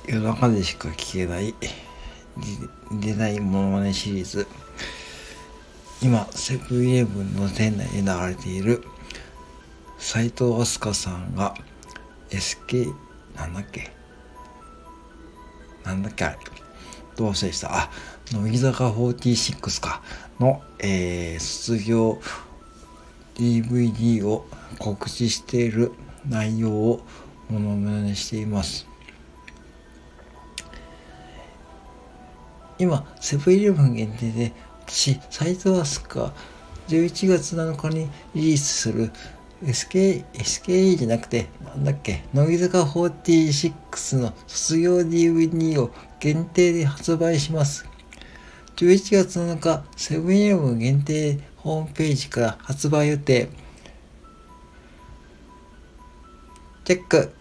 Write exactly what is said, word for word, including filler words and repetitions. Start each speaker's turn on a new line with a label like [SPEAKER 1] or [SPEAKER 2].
[SPEAKER 1] 夜中でしか聞けない出ないモノマネシリーズ。今セブンイレブンの店内で流れている斉藤飛鳥さんが エスケー なんだっけなんだっけあれどうせしたあ乃木坂フォーティーシックスかの、えー、卒業 ディーブイディー を告知している内容をモノマネしています。今セブンイレブン限定で私斉藤飛鳥がじゅういちがつなのかにリリースする エスケー、エスケーイー じゃなくてなんだっけ乃木坂フォーティーシックスの卒業 ディーブイディー を限定で発売します。じゅういちがつなのかセブンイレブン限定ホームページから発売予定。チェック。